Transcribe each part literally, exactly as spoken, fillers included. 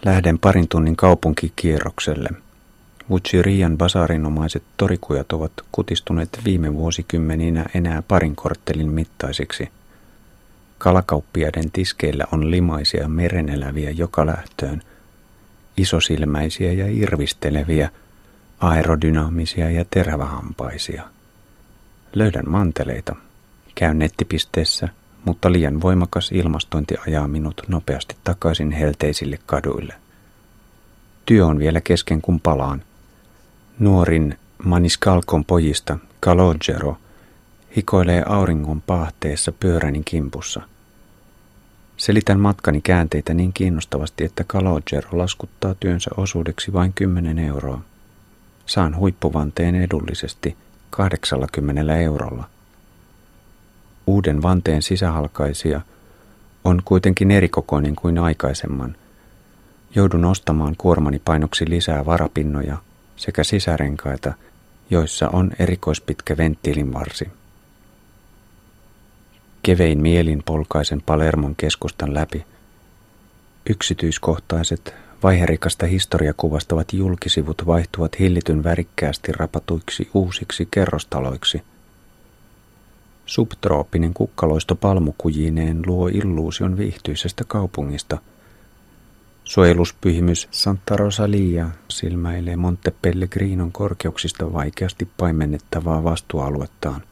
Lähden parin tunnin kaupunkikierrokselle. Wuchirian basarinomaiset torikujat ovat kutistuneet viime vuosikymmeninä enää parin korttelin mittaisiksi. Kalakauppiaiden tiskeillä on limaisia mereneläviä joka lähtöön, isosilmäisiä ja irvisteleviä, aerodynaamisia ja terävähampaisia. Löydän manteleita. Käyn nettipisteessä, mutta liian voimakas ilmastointi ajaa minut nopeasti takaisin helteisille kaduille. Työ on vielä kesken, kun palaan. Nuorin Maniscalcon pojista, Calogero, hikoilee auringon paahteessa pyöräni kimpussa. Selitän matkani käänteitä niin kiinnostavasti, että Calogero laskuttaa työnsä osuudeksi vain kymmenen euroa. Saan huippuvanteen edullisesti kahdeksallakymmenellä eurolla. Uuden vanteen sisähalkaisija on kuitenkin erikokoinen kuin aikaisemman. Joudun ostamaan kuormani painoksi lisää varapinnoja sekä sisärenkaita, joissa on erikoispitkä venttiilinvarsi. Kevein mielin polkaisen Palermon keskustan läpi. Yksityiskohtaiset, vaiherikasta historiakuvastavat julkisivut vaihtuvat hillityn värikkäästi rapatuiksi uusiksi kerrostaloiksi. Subtrooppinen kukkaloisto palmukujineen luo illuusion viihtyisestä kaupungista. Suojeluspyhimys Santa Rosalia silmäilee Monte Pellegrinon korkeuksista vaikeasti paimennettavaa vastuualuettaan.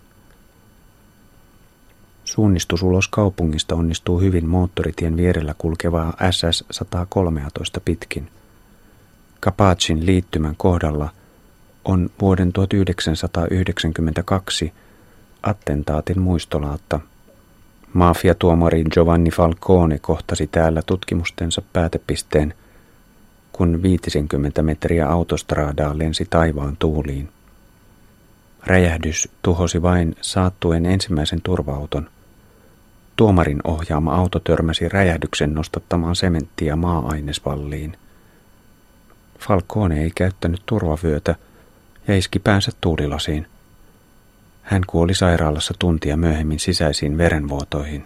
Suunnistus ulos kaupungista onnistuu hyvin moottoritien vierellä kulkevaa S S sata kolmetoista pitkin. Capacin liittymän kohdalla on vuoden tuhatyhdeksänsataayhdeksänkymmentäkaksi attentaatin muistolaatta. Mafiatuomari Giovanni Falcone kohtasi täällä tutkimustensa päätepisteen, kun viisikymmentä metriä autostraadaa lensi taivaan tuuliin. Räjähdys tuhosi vain saattuen ensimmäisen turva-auton. Tuomarin ohjaama auto törmäsi räjähdyksen nostattamaan sementtiä maa-ainesvalliin. Falcone ei käyttänyt turvavyötä ja iski päänsä tuulilasiin. Hän kuoli sairaalassa tuntia myöhemmin sisäisiin verenvuotoihin.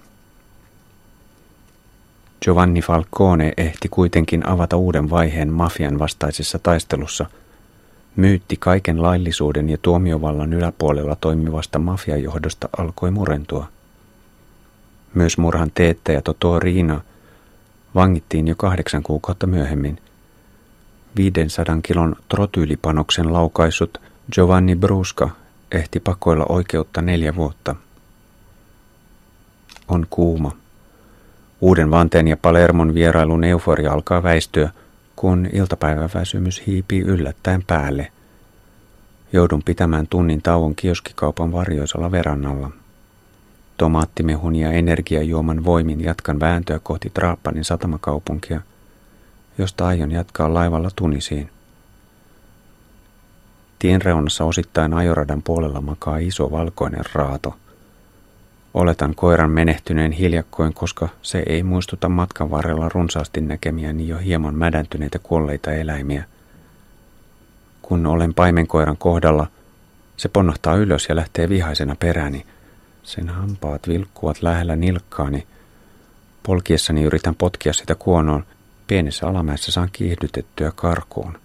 Giovanni Falcone ehti kuitenkin avata uuden vaiheen mafian vastaisessa taistelussa. Myytti kaiken laillisuuden ja tuomiovallan yläpuolella toimivasta mafiajohdosta alkoi murentua. Myös murhan teettäjä Totò Riina vangittiin jo kahdeksan kuukautta myöhemmin. viisisataa kilon trotyylipanoksen laukaissut Giovanni Brusca ehti pakoilla oikeutta neljä vuotta. On kuuma. Uuden vanteen ja Palermon vierailun euforia alkaa väistyä, kun iltapäiväväsymys hiipii yllättäen päälle. Joudun pitämään tunnin tauon kioskikaupan varjoisella verannalla. Tomaattimehun ja energiajuoman voimin jatkan vääntöä kohti Trapanin satamakaupunkia, josta aion jatkaa laivalla Tunisiin. Tien reunassa osittain ajoradan puolella makaa iso valkoinen raato. Oletan koiran menehtyneen hiljakkoin, koska se ei muistuta matkan varrella runsaasti näkemiäni jo hieman mädäntyneitä kuolleita eläimiä. Kun olen paimenkoiran kohdalla, se ponnahtaa ylös ja lähtee vihaisena perääni. Sen hampaat vilkkuvat lähellä nilkkaani. Polkiessani yritän potkia sitä kuonoon. Pienessä alamäessä saan kiihdytettyä karkuun.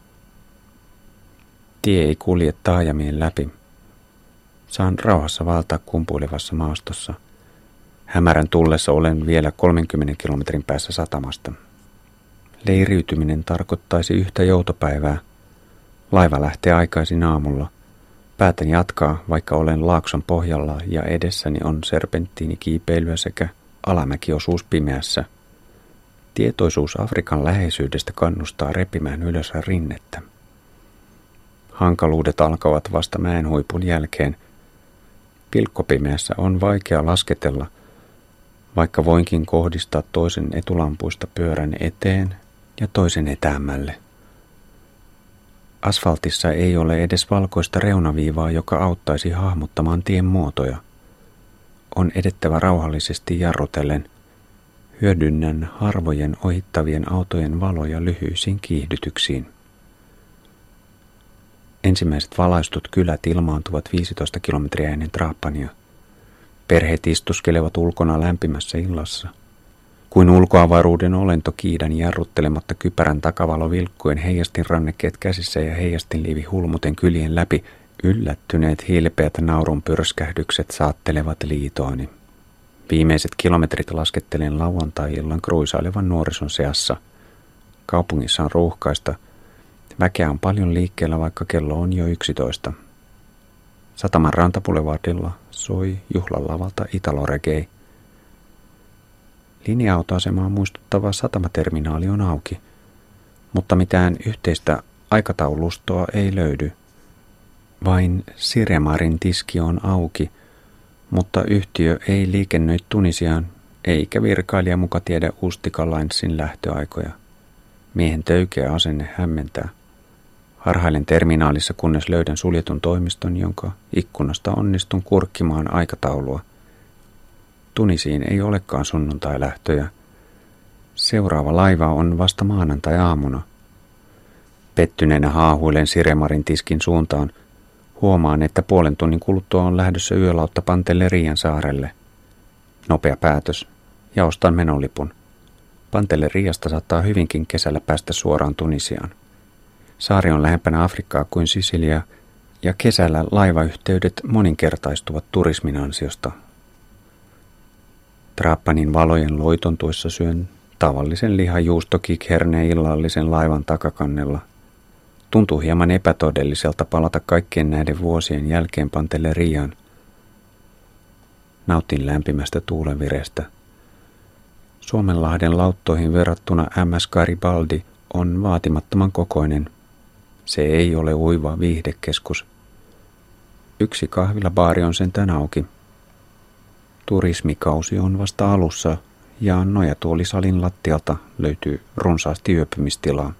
Tie ei kulje taajamien läpi. Saan rauhassa vaeltaa kumpuilevassa maastossa. Hämärän tullessa olen vielä kolmenkymmenen kilometrin päässä satamasta. Leiriytyminen tarkoittaisi yhtä joutopäivää. Laiva lähtee aikaisin aamulla. Päätän jatkaa, vaikka olen laakson pohjalla ja edessäni on serpenttiinikiipeilyä sekä alamäkiosuus pimeässä. Tietoisuus Afrikan läheisyydestä kannustaa repimään ylös rinnettä. Hankaluudet alkavat vasta mäenhuipun jälkeen. Pilkkopimeässä on vaikea lasketella, vaikka voinkin kohdistaa toisen etulampuista pyörän eteen ja toisen etäämmälle. Asfaltissa ei ole edes valkoista reunaviivaa, joka auttaisi hahmottamaan tien muotoja. On edettävä rauhallisesti jarrutellen. Hyödynnän harvojen ohittavien autojen valoja lyhyisiin kiihdytyksiin. Ensimmäiset valaistut kylät ilmaantuvat viisitoista kilometriä ennen Trapania. Perheet istuskelevat ulkona lämpimässä illassa. Kuin ulkoavaruuden olento kiidan jarruttelematta kypärän takavalo vilkkuen heijastin rannekkeet käsissä ja heijastin liivi hulmuten kylien läpi, yllättyneet hilpeät naurun pyrskähdykset saattelevat liitoani. Viimeiset kilometrit laskettelen lauantai-illan kruisailevan nuorison seassa. Kaupungissa on ruuhkaista. Väkeä on paljon liikkeellä, vaikka kello on jo yksitoista. Sataman rantapulevardilla soi juhlalavalta Italo-reggae. Linja-autoasemaa muistuttava satamaterminaali on auki, mutta mitään yhteistä aikataulustoa ei löydy. Vain Siremarin tiski on auki, mutta yhtiö ei liikennöi Tunisiaan, eikä virkailija muka tiedä Ustica Linesin lähtöaikoja. Miehen töykeä asenne hämmentää. Harhailen terminaalissa, kunnes löydän suljetun toimiston, jonka ikkunasta onnistun kurkkimaan aikataulua. Tunisiin ei olekaan sunnuntai-lähtöjä. Seuraava laiva on vasta maanantai-aamuna. Pettyneenä haahuilen Siremarin tiskin suuntaan. Huomaan, että puolen tunnin kuluttua on lähdössä yölautta Pantelerian saarelle. Nopea päätös, ja ostan menolipun. Panteleriasta saattaa hyvinkin kesällä päästä suoraan Tunisiaan. Saari on lähempänä Afrikkaa kuin Sisilia, ja kesällä laivayhteydet moninkertaistuvat turismin ansiosta. Trappanin valojen loitontuessa syön tavallisen lihajuustokikherneen illallisen laivan takakannella. Tuntuu hieman epätodelliselta palata kaikkien näiden vuosien jälkeen Panteleriaan. Nautin lämpimästä tuulenvireestä. Suomenlahden lauttoihin verrattuna M S Garibaldi on vaatimattoman kokoinen. Se ei ole uiva viihdekeskus. Yksi kahvilabaari on sentään auki. Turismikausi on vasta alussa ja nojatuolisalin lattialta löytyy runsaasti yöpymistilaa.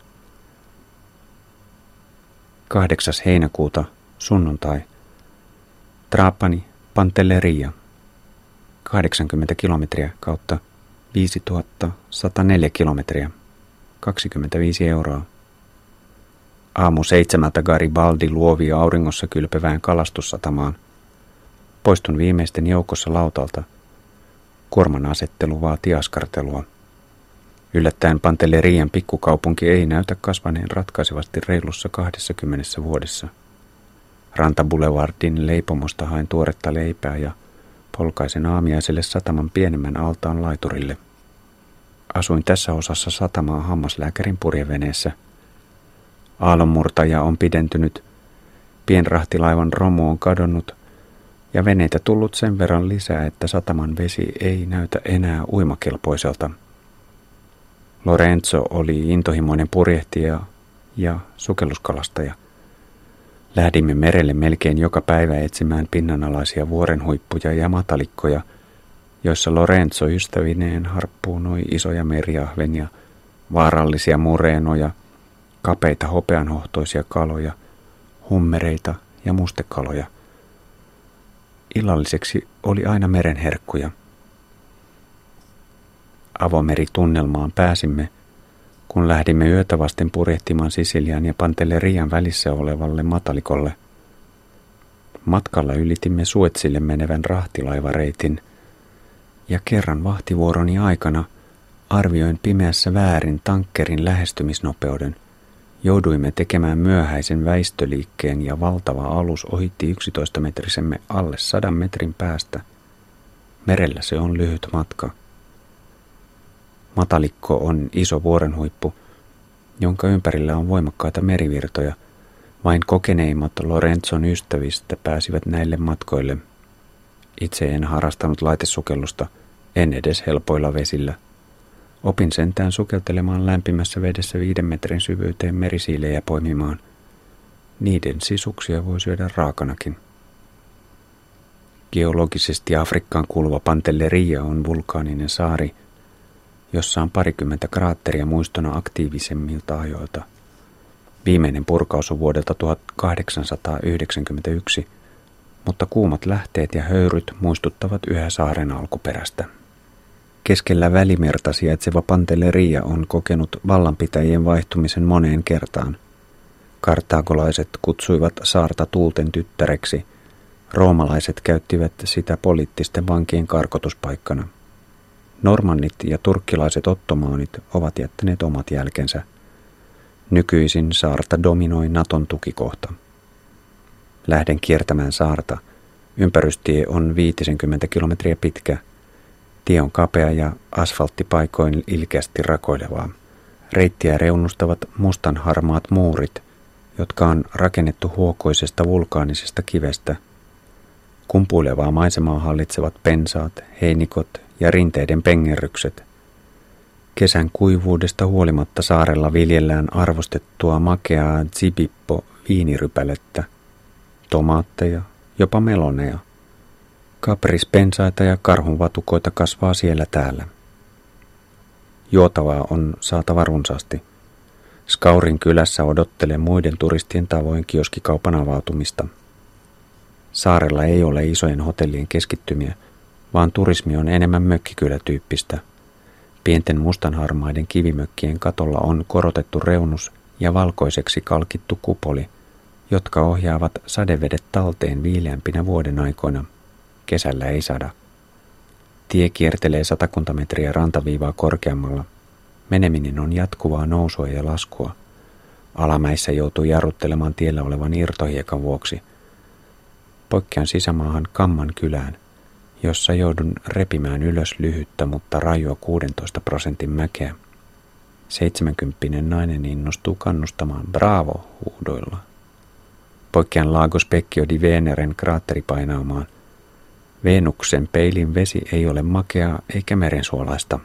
kahdeksas heinäkuuta, sunnuntai. Trapani, Pantelleria. kahdeksankymmentä kilometriä kautta viisituhatta sata neljä kilometriä. kaksikymmentäviisi euroa. Aamu seitsemältä Garibaldi luovii auringossa kylpevään kalastussatamaan. Poistun viimeisten joukossa lautalta. Kuorman asettelu vaatii askartelua. Yllättäen Pantellerian pikkukaupunki ei näytä kasvaneen ratkaisevasti reilussa kahdessakymmenessä vuodessa. Rantabulevardin leipomosta haen tuoretta leipää ja polkaisen aamiaiselle sataman pienemmän altaan laiturille. Asuin tässä osassa satamaa hammaslääkärin purjeveneessä. Aallonmurtaja on pidentynyt, pienrahtilaivan romu on kadonnut ja veneitä tullut sen verran lisää, että sataman vesi ei näytä enää uimakelpoiselta. Lorenzo oli intohimoinen purjehtija ja sukelluskalastaja. Lähdimme merelle melkein joka päivä etsimään pinnanalaisia vuorenhuippuja ja matalikkoja, joissa Lorenzo ystävineen harppuunoi isoja meriahvenia, vaarallisia mureenoja, kapeita hopeanhohtoisia kaloja, hummereita ja mustekaloja. Illalliseksi oli aina merenherkkuja. Avomeritunnelmaan pääsimme, kun lähdimme yötä vasten purjehtimaan Sisilian ja Pantellerian välissä olevalle matalikolle. Matkalla ylitimme Suetsille menevän rahtilaivareitin, ja kerran vahtivuoroni aikana arvioin pimeässä väärin tankkerin lähestymisnopeuden. Jouduimme tekemään myöhäisen väistöliikkeen ja valtava alus ohitti yksitoistametrisemme alle sadan metrin päästä. Merellä se on lyhyt matka. Matalikko on iso vuorenhuippu, jonka ympärillä on voimakkaita merivirtoja. Vain kokeneimmat Lorenzon ystävistä pääsivät näille matkoille. Itse en harrastanut laitesukellusta, en edes helpoilla vesillä. Opin sentään sukeltelemaan lämpimässä vedessä viiden metrin syvyyteen merisiilejä poimimaan. Niiden sisuksia voi syödä raakanakin. Geologisesti Afrikkaan kuuluva Pantelleria on vulkaaninen saari, jossa on parikymmentä kraatteria muistona aktiivisemmilta ajoilta. Viimeinen purkaus on vuodelta tuhatkahdeksansataayhdeksänkymmentäyksi, mutta kuumat lähteet ja höyryt muistuttavat yhä saaren alkuperästä. Keskellä Välimerta sijaitseva Pantelleria on kokenut vallanpitäjien vaihtumisen moneen kertaan. Kartaagolaiset kutsuivat saarta tuulten tyttäreksi. Roomalaiset käyttivät sitä poliittisten vankien karkotuspaikkana. Normannit ja turkkilaiset ottomaanit ovat jättäneet omat jälkensä. Nykyisin saarta dominoi Naton tukikohta. Lähden kiertämään saarta. Ympärystie on viisikymmentä kilometriä pitkä. Tie on kapea ja asfalttipaikoin ilkeästi rakoilevaa. Reittiä reunustavat mustanharmaat muurit, jotka on rakennettu huokoisesta vulkaanisesta kivestä. Kumpuilevaa maisemaa hallitsevat pensaat, heinikot ja rinteiden pengerrykset. Kesän kuivuudesta huolimatta saarella viljellään arvostettua makeaa zibippo viinirypälettä, tomaatteja, jopa meloneja. Kaprispensaita ja karhunvatukoita kasvaa siellä täällä. Juotavaa on saatava runsaasti. Skaurin kylässä odottelee muiden turistien tavoin kioskikaupan avautumista. Saarella ei ole isojen hotellien keskittymiä, vaan turismi on enemmän mökkikylätyyppistä. Pienten mustanharmaiden kivimökkien katolla on korotettu reunus ja valkoiseksi kalkittu kupoli, jotka ohjaavat sadevedet talteen viileämpinä vuoden aikoina. Kesällä ei sada. Tie kiertelee satakunta metriä rantaviivaa korkeammalla. Meneminen on jatkuvaa nousua ja laskua. Alamäissä joutuu jarruttelemaan tiellä olevan irtohiekan vuoksi. Poikkean sisämaahan Kamman kylään, jossa joudun repimään ylös lyhyttä, mutta rajua kuudentoista prosentin mäkeä. Seitsemänkymppinen nainen innostuu kannustamaan bravo huudoilla. Poikkean Lago Specchio di Veneren kraatteripainaamaan. Venuksen peilin vesi ei ole makeaa eikä merensuolaista.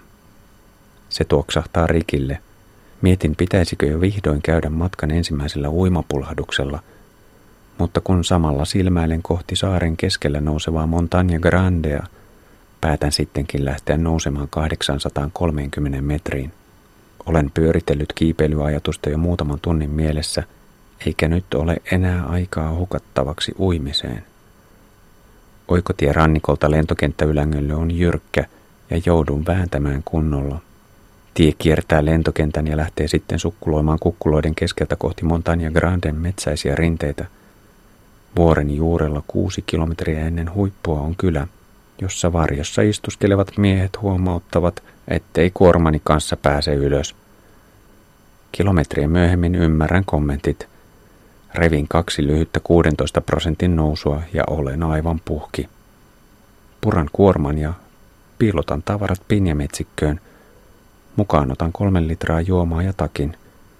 Se tuoksahtaa rikille. Mietin, pitäisikö jo vihdoin käydä matkan ensimmäisellä uimapulhduksella, mutta kun samalla silmäilen kohti saaren keskellä nousevaa Montagna Grandea, päätän sittenkin lähteä nousemaan kahdeksansataakolmekymmentä metriin. Olen pyöritellyt kiipeilyajatusta jo muutaman tunnin mielessä, eikä nyt ole enää aikaa hukattavaksi uimiseen. Oikotie rannikolta lentokenttäylängölle on jyrkkä ja joudun vääntämään kunnolla. Tie kiertää lentokentän ja lähtee sitten sukkuloimaan kukkuloiden keskeltä kohti Montagna Granden metsäisiä rinteitä. Vuoren juurella kuusi kilometriä ennen huippua on kylä, jossa varjossa istuskelevat miehet huomauttavat, ettei kuormani kanssa pääse ylös. Kilometriä myöhemmin ymmärrän kommentit. Revin kaksi lyhyttä kuudentoista prosentin nousua ja olen aivan puhki. Puran kuorman ja piilotan tavarat pinjametsikköön. Mukaan otan kolmen litraa juomaa ja takin.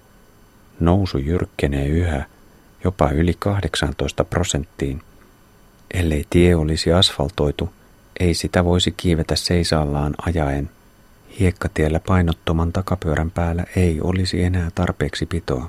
Nousu jyrkkenee yhä, jopa yli kahdeksantoista prosenttiin. Ellei tie olisi asfaltoitu, ei sitä voisi kiivetä seisaallaan ajaen. Hiekkatiellä painottoman takapyörän päällä ei olisi enää tarpeeksi pitoa.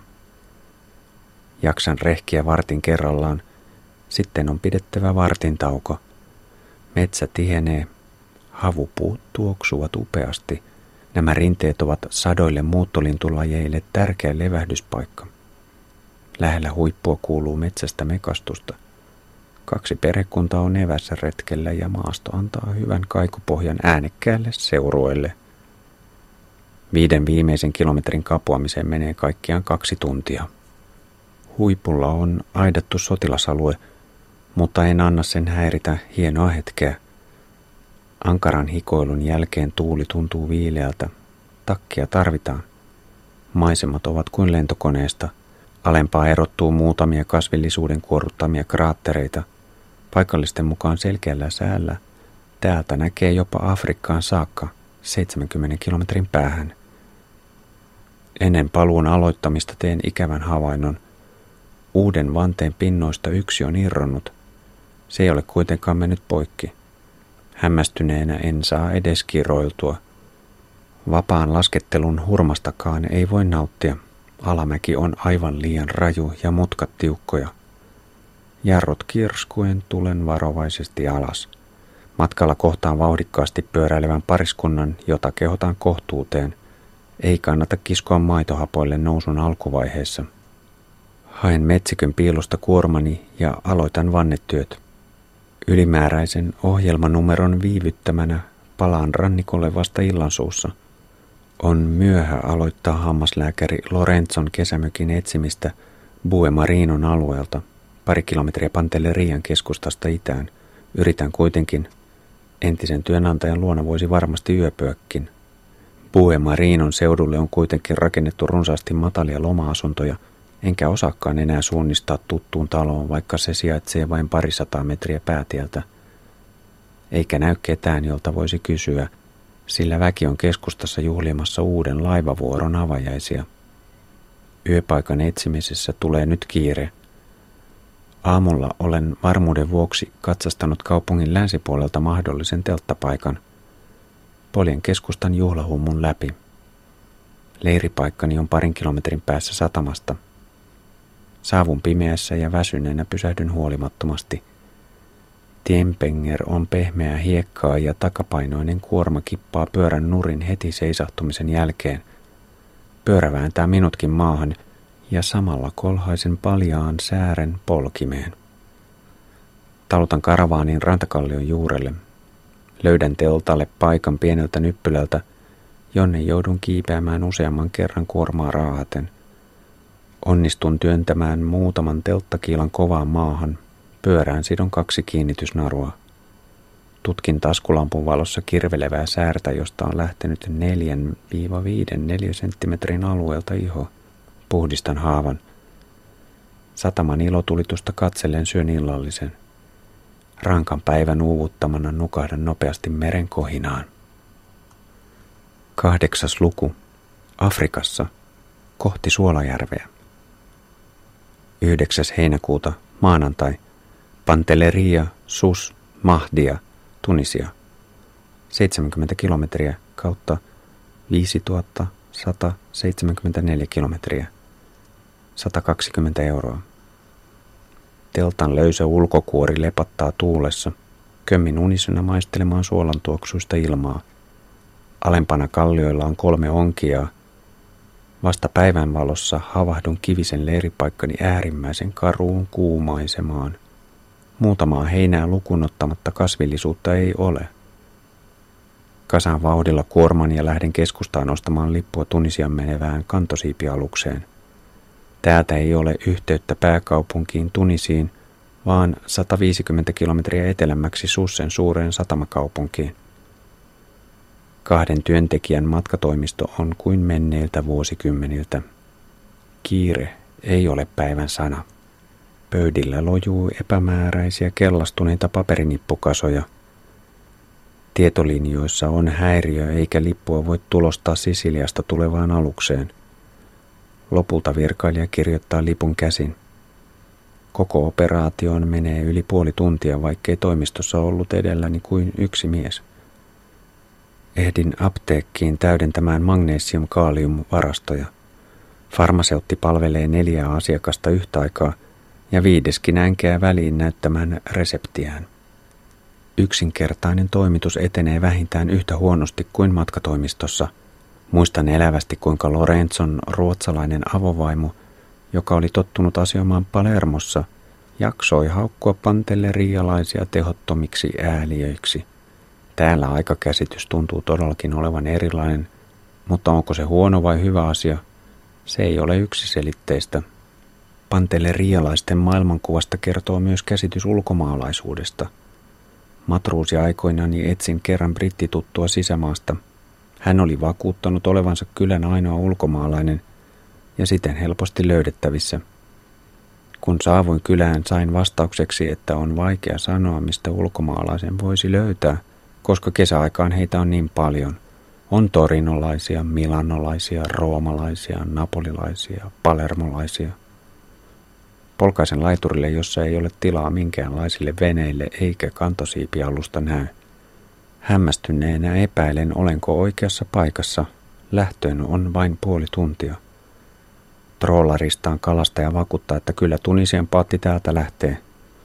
Jaksan rehkiä vartin kerrallaan, sitten on pidettävä vartin tauko. Metsä tihenee, havupuut tuoksuvat upeasti. Nämä rinteet ovat sadoille muuttolintulajeille tärkeä levähdyspaikka. Lähellä huippua kuuluu metsästä mekastusta. Kaksi perhekuntaa on evässä retkellä ja maasto antaa hyvän kaikupohjan äänekkäälle seurueelle. Viiden viimeisen kilometrin kapuamiseen menee kaikkiaan kaksi tuntia. Huipulla on aidattu sotilasalue, mutta en anna sen häiritä hienoa hetkeä. Ankaran hikoilun jälkeen tuuli tuntuu viileältä. Takkia tarvitaan. Maisemat ovat kuin lentokoneesta. Alempaa erottuu muutamia kasvillisuuden kuorruttamia kraattereita. Paikallisten mukaan selkeällä säällä täältä näkee jopa Afrikkaan saakka seitsemänkymmenen kilometrin päähän. Ennen paluun aloittamista teen ikävän havainnon. Uuden vanteen pinnoista yksi on irronnut. Se ei ole kuitenkaan mennyt poikki. Hämmästyneenä en saa edes kiroiltua. Vapaan laskettelun hurmastakaan ei voi nauttia. Alamäki on aivan liian raju ja mutkat tiukkoja. Jarrut kirskuen tulen varovaisesti alas. Matkalla kohtaan vauhdikkaasti pyöräilevän pariskunnan, jota kehotan kohtuuteen. Ei kannata kiskoa maitohapoille nousun alkuvaiheessa. Haen metsikön piilosta kuormani ja aloitan vannetyöt. Ylimääräisen ohjelmanumeron viivyttämänä palaan rannikolle vasta illansuussa. On myöhä aloittaa hammaslääkäri Lorenzon kesämökin etsimistä Bue Marinon alueelta, pari kilometriä Pantellerian keskustasta itään. Yritän kuitenkin. Entisen työnantajan luona voisi varmasti yöpyäkin. Buemarinon seudulle on kuitenkin rakennettu runsaasti matalia loma-asuntoja, enkä osaakaan enää suunnistaa tuttuun taloon, vaikka se sijaitsee vain parisataa metriä päätieltä. Eikä näy ketään, jolta voisi kysyä, sillä väki on keskustassa juhlimassa uuden laivavuoron avajaisia. Yöpaikan etsimisessä tulee nyt kiire. Aamulla olen varmuuden vuoksi katsastanut kaupungin länsipuolelta mahdollisen telttapaikan. Poljen keskustan juhlahummun läpi. Leiripaikkani on parin kilometrin päässä satamasta. Saavun pimeässä ja väsyneenä pysähdyn huolimattomasti. Tienpenger on pehmeää hiekkaa ja takapainoinen kuorma kippaa pyörän nurin heti seisahtumisen jälkeen. Pyörä vääntää minutkin maahan ja samalla kolhaisen paljaan säären polkimeen. Talutan karavaanin rantakallion juurelle. Löydän teltalle paikan pieneltä nyppylältä, jonne joudun kiipeämään useamman kerran kuormaa raahaten. Onnistun työntämään muutaman telttakiilan kovaan maahan. Pyörään sidon kaksi kiinnitysnarua. Tutkin taskulampun valossa kirvelevää säärtä, josta on lähtenyt neljän viiden neliösenttimetrin alueelta iho. Puhdistan haavan. Sataman ilotulitusta katsellen syön illallisen. Rankan päivän uuvuttamana nukahdan nopeasti meren kohinaan. Kahdeksas luku. Afrikassa. Kohti Suolajärveä. Yhdeksäs heinäkuuta. Maanantai. Pantelleria, Sus, Mahdia, Tunisia. seitsemänkymmentä kilometriä kautta viisituhatta sata seitsemänkymmentäneljä kilometriä. sata kaksikymmentä euroa. Teltan löysä ulkokuori lepattaa tuulessa. Kömmin unisena maistelemaan suolan tuoksuista ilmaa. Alempana kallioilla on kolme onkiaa. Vasta päivänvalossa havahdun kivisen leiripaikkani äärimmäisen karuun kuumaisemaan. Muutamaa heinää lukuun ottamatta kasvillisuutta ei ole. Kasan vauhdilla kuorman ja lähden keskustaan ostamaan lippua Tunisian menevään kantosiipialukseen. Täältä ei ole yhteyttä pääkaupunkiin Tunisiin, vaan sata viisikymmentä kilometriä etelämmäksi Sussen suureen satamakaupunkiin. Kahden työntekijän matkatoimisto on kuin menneiltä vuosikymmeniltä. Kiire ei ole päivän sana. Pöydillä lojuu epämääräisiä kellastuneita paperinippukasoja. Tietolinjoissa on häiriö eikä lippua voi tulostaa Sisiliasta tulevaan alukseen. Lopulta virkailija kirjoittaa lipun käsin. Koko operaatioon menee yli puoli tuntia, vaikkei toimistossa ollut edelläni kuin yksi mies. Ehdin apteekkiin täydentämään magnesium-kaalium-varastoja. Farmaseutti palvelee neljää asiakasta yhtä aikaa ja viideskin änkeää väliin näyttämään reseptiään. Yksinkertainen toimitus etenee vähintään yhtä huonosti kuin matkatoimistossa. Muistan elävästi, kuinka Lorenzon ruotsalainen avovaimo, joka oli tottunut asioimaan Palermossa, jaksoi haukkua pantellerialaisia tehottomiksi ääliöiksi. Täällä aikakäsitys tuntuu todellakin olevan erilainen, mutta onko se huono vai hyvä asia? Se ei ole yksiselitteistä. Pantellerialaisten maailmankuvasta kertoo myös käsitys ulkomaalaisuudesta. Matruusi aikoinani etsin kerran brittituttua sisämaasta. Hän oli vakuuttanut olevansa kylän ainoa ulkomaalainen ja siten helposti löydettävissä. Kun saavuin kylään, sain vastaukseksi, että on vaikea sanoa, mistä ulkomaalaisen voisi löytää, koska kesäaikaan heitä on niin paljon. On torinolaisia, milanolaisia, roomalaisia, napolilaisia, palermolaisia. Polkaisen laiturille, jossa ei ole tilaa minkäänlaisille veneille eikä kantosiipialusta näy. Hämmästyneenä epäilen, olenko oikeassa paikassa. Lähtöön on vain puoli tuntia. Trollaristaan kalastaja vakuuttaa, että kyllä Tunisian paatti täältä lähtee.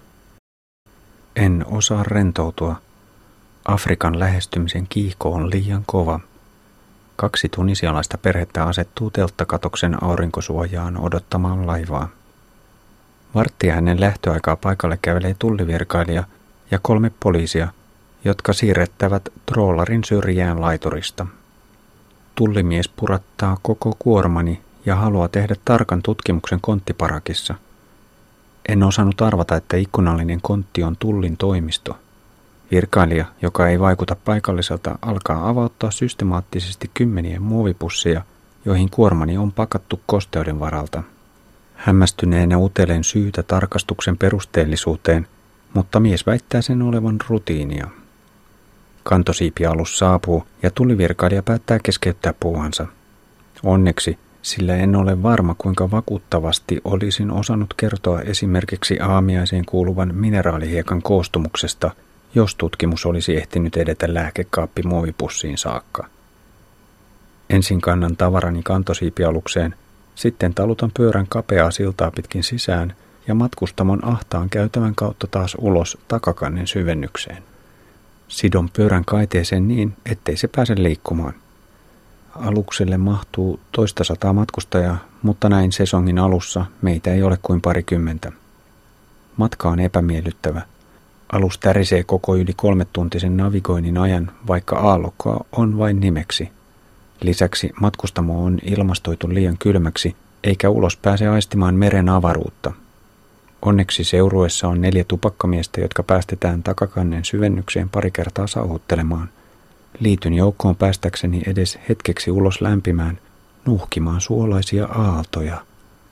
En osaa rentoutua. Afrikan lähestymisen kiihko on liian kova. Kaksi tunisialaista perhettä asettuu telttakatoksen aurinkosuojaan odottamaan laivaa. Varttia hänen lähtöaikaa paikalle kävelee tullivirkailija ja kolme poliisia, jotka siirrettävät trollarin syrjään laiturista. Tullimies purattaa koko kuormani ja haluaa tehdä tarkan tutkimuksen konttiparakissa. En osannut arvata, että ikkunallinen kontti on tullin toimisto. Virkailija, joka ei vaikuta paikalliselta, alkaa avauttaa systemaattisesti kymmeniä muovipusseja, joihin kuormani on pakattu kosteuden varalta. Hämmästyneenä utelen syytä tarkastuksen perusteellisuuteen, mutta mies väittää sen olevan rutiinia. Kantosiipialus saapuu ja tullivirkailija päättää keskeyttää puuhansa. Onneksi, sillä en ole varma kuinka vakuuttavasti olisin osannut kertoa esimerkiksi aamiaiseen kuuluvan mineraalihiekan koostumuksesta, jos tutkimus olisi ehtinyt edetä lääkekaappi muovipussiin saakka. Ensin kannan tavarani kantosiipialukseen, sitten talutan pyörän kapeaa siltaa pitkin sisään ja matkustamon ahtaan käytävän kautta taas ulos takakannen syvennykseen. Sidon pyörän kaiteeseen niin, ettei se pääse liikkumaan. Alukselle mahtuu toista sataa matkustajaa, mutta näin sesongin alussa meitä ei ole kuin parikymmentä. Matka on epämiellyttävä. Alus tärisee koko yli kolmetuntisen navigoinnin ajan, vaikka aallokkoa on vain nimeksi. Lisäksi matkustamo on ilmastoitu liian kylmäksi, eikä ulos pääse aistimaan meren avaruutta. Onneksi seurueessa on neljä tupakkamiestä, jotka päästetään takakannen syvennykseen pari kertaa sauhuttelemaan. Liityn joukkoon päästäkseni edes hetkeksi ulos lämpimään, nuhkimaan suolaisia aaltoja.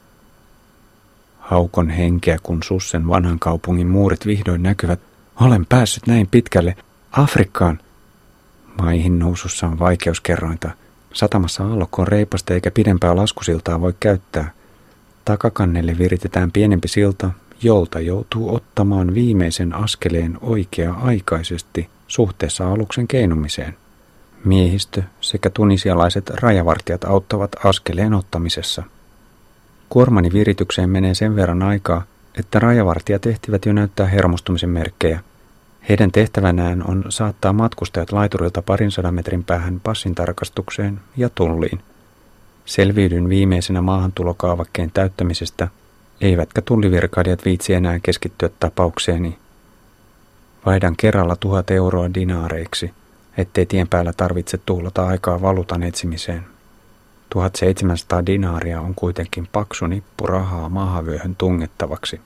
Haukon henkeä, kun Sussen vanhan kaupungin muurit vihdoin näkyvät. Olen päässyt näin pitkälle Afrikkaan. Maihin nousussa on vaikeuskerrointa. Satamassa aallokko on reipasta eikä pidempää laskusiltaa voi käyttää. Takakannelle viritetään pienempi silta, jolta joutuu ottamaan viimeisen askeleen oikea-aikaisesti suhteessa aluksen keinumiseen. Miehistö sekä tunisialaiset rajavartijat auttavat askeleen ottamisessa. Kuormani viritykseen menee sen verran aikaa, että rajavartijat ehtivät jo näyttää hermostumisen merkkejä. Heidän tehtävänään on saattaa matkustajat laiturilta parin sadan metrin päähän passin tarkastukseen ja tulliin. Selviydyn viimeisenä maahantulokaavakkeen täyttämisestä, eivätkä tullivirkailijat viitsi enää keskittyä tapaukseeni. Vaihdan kerralla tuhat euroa dinaareiksi, ettei tien päällä tarvitse tuhlata aikaa valuutan etsimiseen. tuhatseitsemänsataa dinaaria on kuitenkin paksu nippu rahaa maahavyöhön tungettavaksi.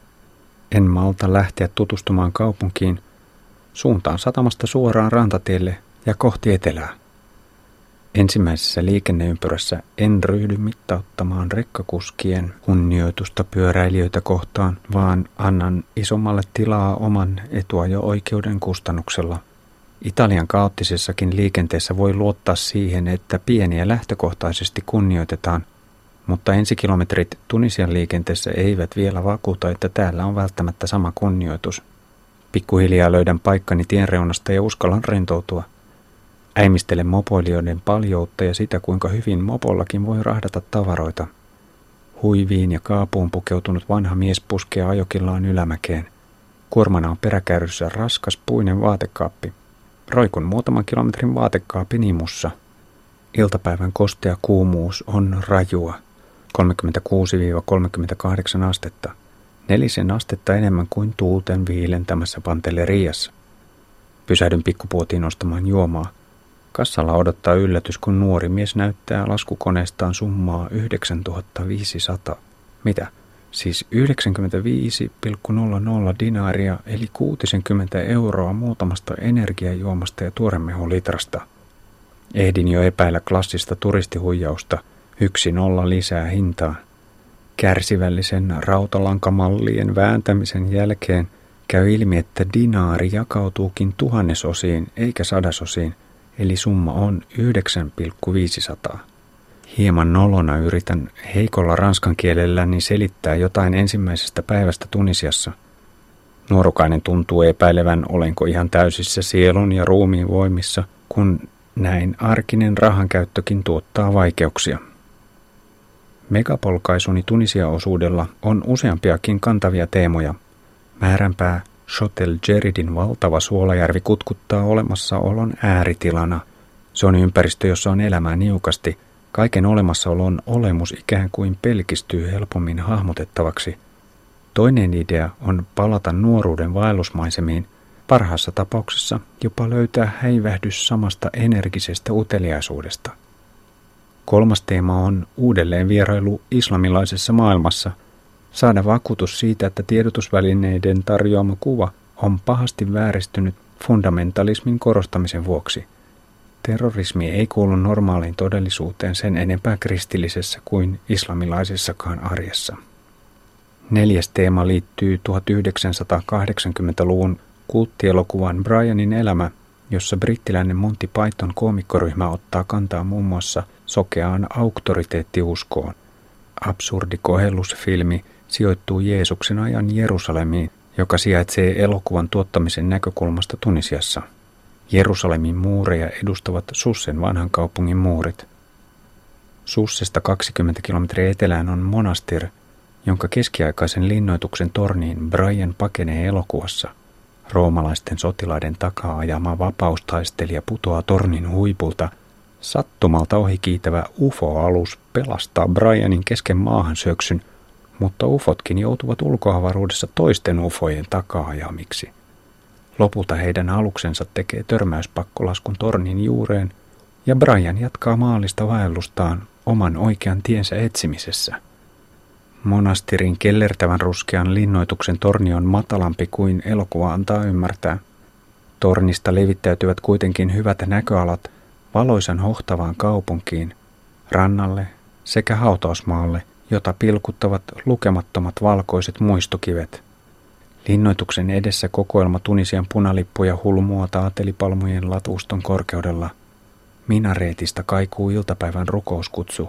En malta lähteä tutustumaan kaupunkiin, suuntaan satamasta suoraan rantatielle ja kohti etelää. Ensimmäisessä liikenneympyrässä en ryhdy mittauttamaan rekkakuskien kunnioitusta pyöräilijöitä kohtaan, vaan annan isommalle tilaa oman etuajo-oikeuden kustannuksella. Italian kaoottisessakin liikenteessä voi luottaa siihen, että pieniä lähtökohtaisesti kunnioitetaan, mutta ensikilometrit Tunisian liikenteessä eivät vielä vakuuta, että täällä on välttämättä sama kunnioitus. Pikkuhiljaa löydän paikkani tienreunasta ja uskallan rentoutua. Äimistelen mopoilijoiden paljoutta ja sitä, kuinka hyvin mopollakin voi rahdata tavaroita. Huiviin ja kaapuun pukeutunut vanha mies puskee ajokillaan ylämäkeen. Kuormana on peräkärryssä raskas puinen vaatekaappi. Roikun muutaman kilometrin vaatekaapin imussa. Iltapäivän kostea kuumuus on rajua. kolmekymmentäkuusi kolmekymmentäkahdeksan astetta. Nelisen astetta enemmän kuin tuulten viilentämässä Panteleriassa. Pysähdyn pikkupuotiin ostamaan juomaa. Kassalla odottaa yllätys, kun nuori mies näyttää laskukoneestaan summaa yhdeksäntuhatta viisisataa. Mitä? Siis yhdeksänkymmentäviisi pilkku nolla nolla dinaaria eli kuusikymmentä euroa muutamasta energiajuomasta ja tuoremehulitrasta. Ehdin jo epäillä klassista turistihuijausta. Yksi nolla lisää hintaa. Kärsivällisen rautalankamallien vääntämisen jälkeen käy ilmi, että dinaari jakautuukin tuhannesosiin eikä sadasosiin, eli summa on yhdeksän pilkku viisisataa. Hieman nolona yritän heikolla ranskan kielelläni selittää jotain ensimmäisestä päivästä Tunisiassa. Nuorukainen tuntuu epäilevän, olenko ihan täysissä sielun ja ruumiin voimissa, kun näin arkinen rahankäyttökin tuottaa vaikeuksia. Megapolkaisuni Tunisia-osuudella on useampiakin kantavia teemoja. Määränpää Chotel Jeridin valtava suolajärvi kutkuttaa olemassaolon ääritilana. Se on ympäristö, jossa on elämää niukasti. Kaiken olemassaolon olemus ikään kuin pelkistyy helpommin hahmotettavaksi. Toinen idea on palata nuoruuden vaellusmaisemiin, parhaassa tapauksessa jopa löytää häivähdys samasta energisestä uteliaisuudesta. Kolmas teema on uudelleen vierailu islamilaisessa maailmassa, saada vakuutus siitä, että tiedotusvälineiden tarjoama kuva on pahasti vääristynyt fundamentalismin korostamisen vuoksi. Terrorismi ei kuulu normaaliin todellisuuteen sen enempää kristillisessä kuin islamilaisessakaan arjessa. Neljäs teema liittyy tuhatyhdeksänsataakahdeksankymmentäluvun kulttielokuvan Brianin elämä, jossa brittiläinen Monty Python koomikkoryhmä ottaa kantaa muun muassa sokeaan auktoriteettiuskoon. Absurdi kohellusfilmi sijoittuu Jeesuksen ajan Jerusalemiin, joka sijaitsee elokuvan tuottamisen näkökulmasta Tunisiassa. Jerusalemin muureja edustavat Sussen vanhan kaupungin muurit. Sussesta kaksikymmentä kilometriä etelään on Monastir, jonka keskiaikaisen linnoituksen torniin Brian pakenee elokuvassa. Roomalaisten sotilaiden takaa ajama vapaustaistelija putoaa tornin huipulta. Sattumalta ohikiitävä U F O-alus pelastaa Brianin kesken maahansyöksyn, mutta ufotkin joutuvat ulkoavaruudessa toisten ufojen takaa-ajamiksi. Lopulta heidän aluksensa tekee törmäyspakkolaskun tornin juureen, ja Brian jatkaa maallista vaellustaan oman oikean tiensä etsimisessä. Monastirin kellertävän ruskean linnoituksen torni on matalampi kuin elokuva antaa ymmärtää. Tornista levittäytyvät kuitenkin hyvät näköalat valoisan hohtavaan kaupunkiin, rannalle sekä hautausmaalle, jota pilkuttavat lukemattomat valkoiset muistokivet. Linnoituksen edessä kokoelma Tunisian punalippuja hulmua taatelipalmujen latuston korkeudella. Minareetista kaikuu iltapäivän rukouskutsu.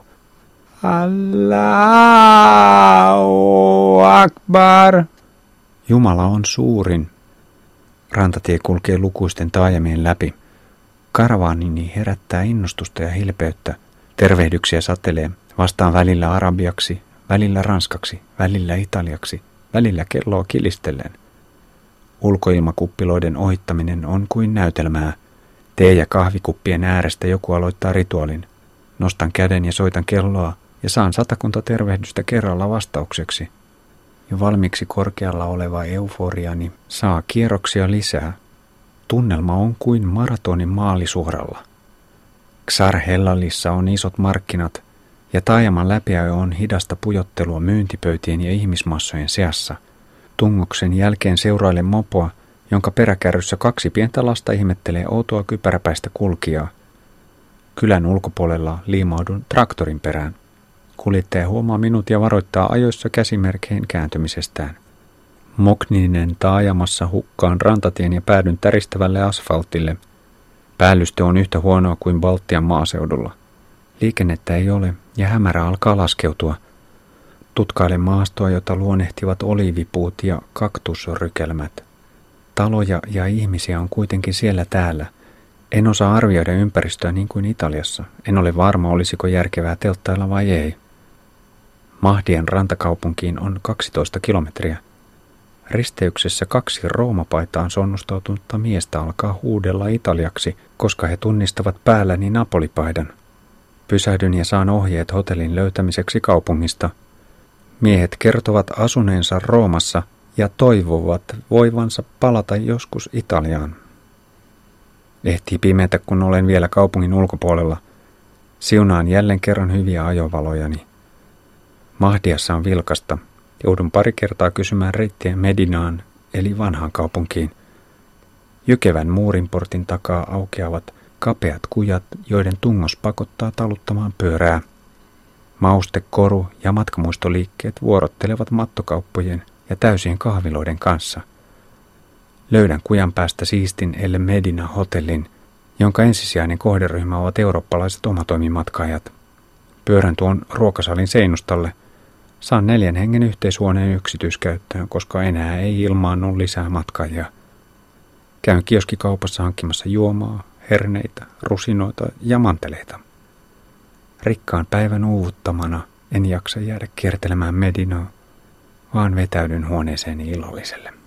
Allahu Akbar! Jumala on suurin. Rantatie kulkee lukuisten taajamien läpi. Karavaanini herättää innostusta ja hilpeyttä. Tervehdyksiä satelee, vastaan välillä arabiaksi, välillä ranskaksi, välillä italiaksi, välillä kelloa kilistellen. Ulkoilmakuppiloiden ohittaminen on kuin näytelmää. Tee- ja kahvikuppien äärestä joku aloittaa rituaalin. Nostan käden ja soitan kelloa ja saan satakunta tervehdystä kerralla vastaukseksi. Jo valmiiksi korkealla oleva euforiani saa kierroksia lisää. Tunnelma on kuin maratonin maalisuoralla. Ksar Hellalissa on isot markkinat ja taajaman läpiajo on hidasta pujottelua myyntipöytien ja ihmismassojen seassa. Tungoksen jälkeen seurailen mopoa, jonka peräkärryssä kaksi pientä lasta ihmettelee outoa kypäräpäistä kulkijaa. Kylän ulkopuolella liimaudun traktorin perään. Kuljettaja huomaa minut ja varoittaa ajoissa käsimerkein kääntymisestään. Mokninen taajamassa hukkaan rantatien ja päädyn täristävälle asfaltille. Päällystö on yhtä huonoa kuin Baltian maaseudulla. Liikennettä ei ole ja hämärä alkaa laskeutua. Tutkailen maastoa, jota luonnehtivat oliivipuut ja kaktusrykelmät. Taloja ja ihmisiä on kuitenkin siellä täällä. En osaa arvioida ympäristöä niin kuin Italiassa. En ole varma, olisiko järkevää telttailla vai ei. Mahdian rantakaupunkiin on kaksitoista kilometriä. Risteyksessä kaksi roomapaitaan sonnustautunutta miestä alkaa huudella italiaksi, koska he tunnistavat päälläni napolipaidan. Pysähdyn ja saan ohjeet hotellin löytämiseksi kaupungista. Miehet kertovat asuneensa Roomassa ja toivovat voivansa palata joskus Italiaan. Ehtii pimeätä, kun olen vielä kaupungin ulkopuolella. Siunaan jälleen kerran hyviä ajovalojani. Mahdiassa on vilkasta. Joudun pari kertaa kysymään reittiä Medinaan, eli vanhaan kaupunkiin. Jykevän muurinportin takaa aukeavat kapeat kujat, joiden tungos pakottaa taluttamaan pyörää. Maustekoru ja matkamuistoliikkeet vuorottelevat mattokauppojen ja täysien kahviloiden kanssa. Löydän kujan päästä siistin Elle Medina hotellin, jonka ensisijainen kohderyhmä ovat eurooppalaiset omatoimimatkaajat. Pyörän tuon ruokasalin seinustalle. Saan neljän hengen yhteishuoneen yksityiskäyttöön, koska enää ei ilmaannu lisää matkaajia. Käyn kioskikaupassa hankkimassa juomaa, herneitä, rusinoita ja manteleita. Rikkaan päivän uuvuttamana en jaksa jäädä kiertelemään Medinaa, vaan vetäydyn huoneeseeni illalliselle.